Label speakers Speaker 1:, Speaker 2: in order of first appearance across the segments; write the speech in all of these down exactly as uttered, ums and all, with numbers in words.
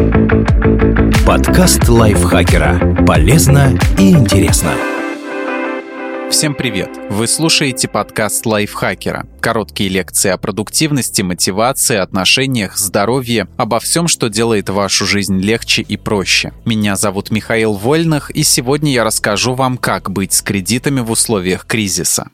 Speaker 1: Подкаст лайфхакера. Полезно и интересно.
Speaker 2: Всем привет! Вы слушаете подкаст лайфхакера. Короткие лекции о продуктивности, мотивации, отношениях, здоровье, обо всем, что делает вашу жизнь легче и проще. Меня зовут Михаил Вольных, и сегодня я расскажу вам, как быть с кредитами в условиях кризиса.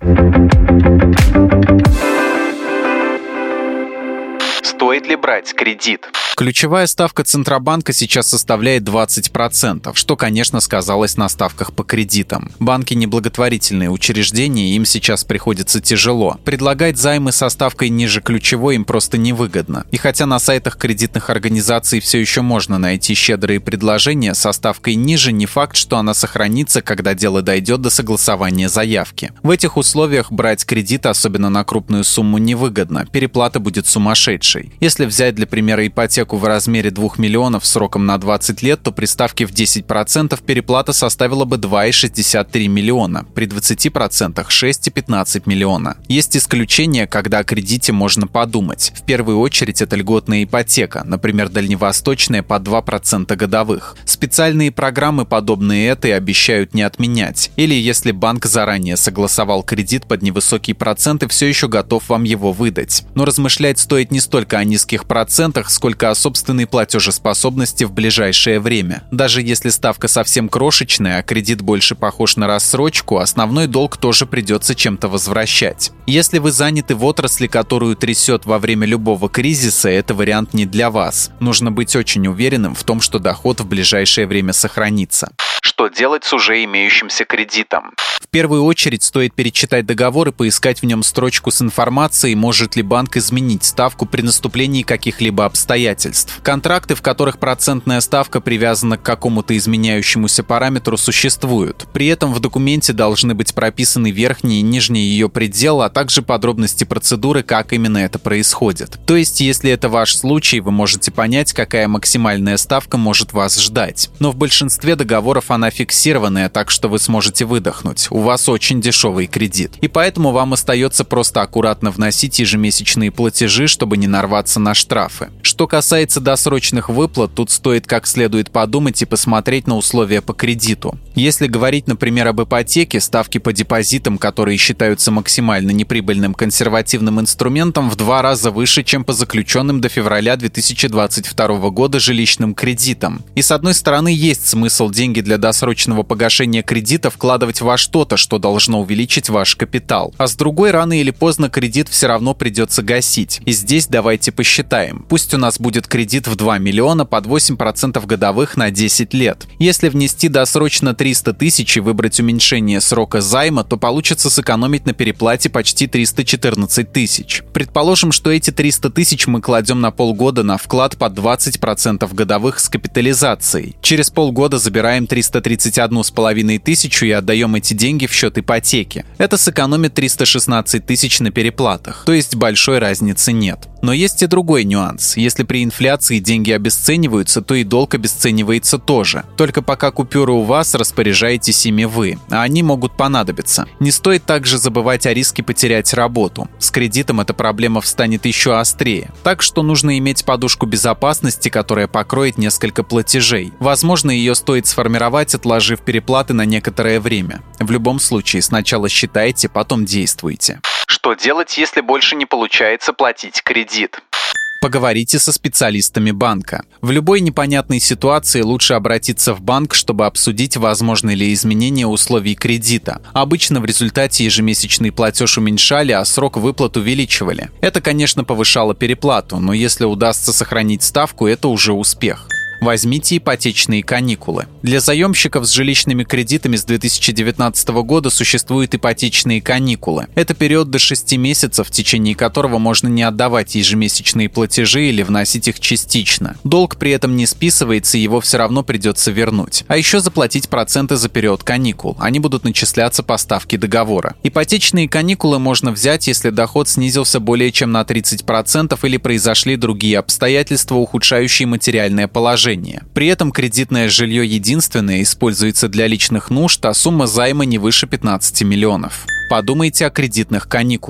Speaker 2: Стоит ли брать кредит? Ключевая ставка Центробанка сейчас составляет двадцать процентов, что, конечно, сказалось на ставках по кредитам. Банки — неблаготворительные учреждения, им сейчас приходится тяжело. Предлагать займы со ставкой ниже ключевой им просто невыгодно. И хотя на сайтах кредитных организаций все еще можно найти щедрые предложения со ставкой ниже, не факт, что она сохранится, когда дело дойдет до согласования заявки. В этих условиях брать кредит, особенно на крупную сумму, невыгодно. Переплата будет сумасшедшей. Если взять для примера ипотеку в размере двух миллионов сроком на двадцать лет, то при ставке в десять процентов переплата составила бы два целых шестьдесят три миллиона, при двадцати процентах шесть целых пятнадцать миллиона. Есть исключения, когда о кредите можно подумать. В первую очередь это льготная ипотека, например, дальневосточная под два процента годовых. Специальные программы, подобные этой, обещают не отменять. Или если банк заранее согласовал кредит под невысокие проценты, все еще готов вам его выдать. Но размышлять стоит не столько о низких процентах, сколько о собственной платежеспособности в ближайшее время. Даже если ставка совсем крошечная, а кредит больше похож на рассрочку, основной долг тоже придется чем-то возвращать. Если вы заняты в отрасли, которую трясет во время любого кризиса, это вариант не для вас. Нужно быть очень уверенным в том, что доход в ближайшее время сохранится. Что делать с уже имеющимся кредитом? В первую очередь стоит перечитать договор и поискать в нем строчку с информацией, может ли банк изменить ставку при наступлении каких-либо обстоятельств. Контракты, в которых процентная ставка привязана к какому-то изменяющемуся параметру, существуют. При этом в документе должны быть прописаны верхний и нижний ее предел, а также подробности процедуры, как именно это происходит. То есть, если это ваш случай, вы можете понять, какая максимальная ставка может вас ждать. Но в большинстве договоров она фиксированная, так что вы сможете выдохнуть. У вас очень дешевый кредит. И поэтому вам остается просто аккуратно вносить ежемесячные платежи, чтобы не нарваться на штрафы. Что касается досрочных выплат, тут стоит как следует подумать и посмотреть на условия по кредиту. Если говорить, например, об ипотеке, ставки по депозитам, которые считаются максимально неприбыльным консервативным инструментом, в два раза выше, чем по заключенным до февраля две тысячи двадцать второго года жилищным кредитам. И с одной стороны, есть смысл деньги для досрочного погашения кредита вкладывать во что-то, что должно увеличить ваш капитал. А с другой, рано или поздно кредит все равно придется гасить. И здесь давайте посчитаем. Пусть у нас будет кредит в два миллиона под восемь процентов годовых на десять лет. Если внести досрочно триста тысяч и выбрать уменьшение срока займа, то получится сэкономить на переплате почти триста четырнадцать тысяч. Предположим, что эти триста тысяч мы кладем на полгода на вклад под двадцать процентов годовых с капитализацией. Через полгода забираем триста тридцать одну с половиной тысячу и отдаем эти деньги в счет ипотеки. Это сэкономит триста шестнадцать тысяч на переплатах, то есть большой разницы нет. Но есть и другой нюанс. Если при инфляции деньги обесцениваются, то и долг обесценивается тоже. Только пока купюры у вас, распоряжаетесь ими вы, а они могут понадобиться. Не стоит также забывать о риске потерять работу. С кредитом эта проблема встанет еще острее. Так что нужно иметь подушку безопасности, которая покроет несколько платежей. Возможно, ее стоит сформировать, отложив переплаты на некоторое время. В любом случае, сначала считайте, потом действуйте. Что делать, если больше не получается платить кредит? Поговорите со специалистами банка. В любой непонятной ситуации лучше обратиться в банк, чтобы обсудить, возможны ли изменения условий кредита. Обычно в результате ежемесячный платеж уменьшали, а срок выплат увеличивали. Это, конечно, повышало переплату, но если удастся сохранить ставку, это уже успех. Возьмите ипотечные каникулы. Для заемщиков с жилищными кредитами с две тысячи девятнадцатого года существуют ипотечные каникулы. Это период до шести месяцев, в течение которого можно не отдавать ежемесячные платежи или вносить их частично. Долг при этом не списывается, и его все равно придется вернуть. А еще заплатить проценты за период каникул. Они будут начисляться по ставке договора. Ипотечные каникулы можно взять, если доход снизился более чем на тридцать процентов или произошли другие обстоятельства, ухудшающие материальное положение. При этом кредитное жилье единственное используется для личных нужд, а сумма займа не выше пятнадцати миллионов. Подумайте о кредитных каникулах.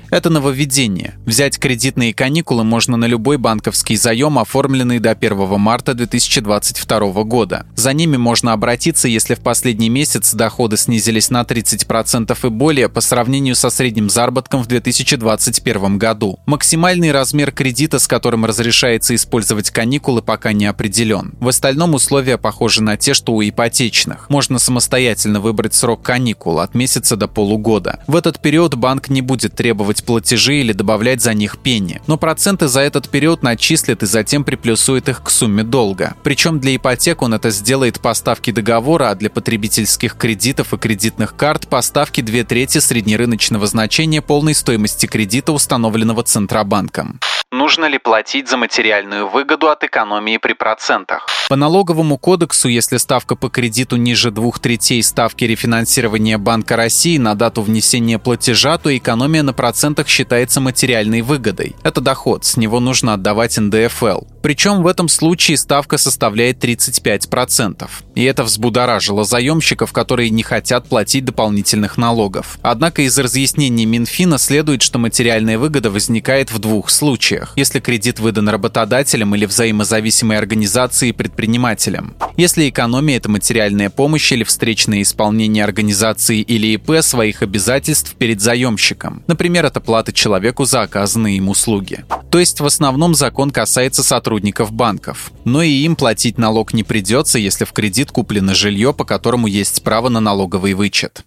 Speaker 2: Это нововведение. Взять кредитные каникулы можно на любой банковский заем, оформленный до первого марта две тысячи двадцать второго года. За ними можно обратиться, если в последний месяц доходы снизились на тридцать процентов и более по сравнению со средним заработком в две тысячи двадцать первом году. Максимальный размер кредита, с которым разрешается использовать каникулы, пока не определен. В остальном условия похожи на те, что у ипотечных. Можно самостоятельно выбрать срок каникул от месяца до полугода. В этот период банк не будет требовать платежи или добавлять за них пени, но проценты за этот период начислит и затем приплюсует их к сумме долга. Причем для ипотек он это сделает по ставке договора, а для потребительских кредитов и кредитных карт по ставке две трети среднерыночного значения полной стоимости кредита, установленного Центробанком. Нужно ли платить за материальную выгоду от экономии при процентах? По налоговому кодексу, если ставка по кредиту ниже двух третей ставки рефинансирования Банка России на дату внесения платежа, то экономия на процентах считается материальной выгодой. Это доход, с него нужно отдавать эн дэ эф эл. Причем в этом случае ставка составляет тридцать пять процентов. И это взбудоражило заемщиков, которые не хотят платить дополнительных налогов. Однако из разъяснений Минфина следует, что материальная выгода возникает в двух случаях. Если кредит выдан работодателем или взаимозависимой организацией предпринимателем. Если экономия – это материальная помощь или встречное исполнение организации или и пэ своих обязательств перед заемщиком. Например, это плата человеку за оказанные им услуги. То есть в основном закон касается сотрудников банков. Но и им платить налог не придется, если в кредит куплено жилье, по которому есть право на налоговый вычет.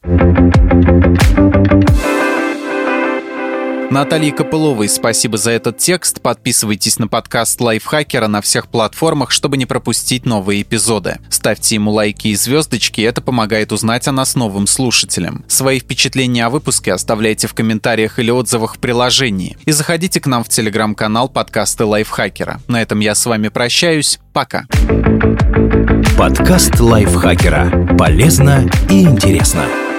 Speaker 2: Наталье Копыловой спасибо за этот текст. Подписывайтесь на подкаст Лайфхакера на всех платформах, чтобы не пропустить новые эпизоды. Ставьте ему лайки и звездочки, это помогает узнать о нас новым слушателям. Свои впечатления о выпуске оставляйте в комментариях или отзывах в приложении. И заходите к нам в телеграм-канал подкасты Лайфхакера. На этом я с вами прощаюсь. Пока.
Speaker 1: Подкаст Лайфхакера. Полезно и интересно.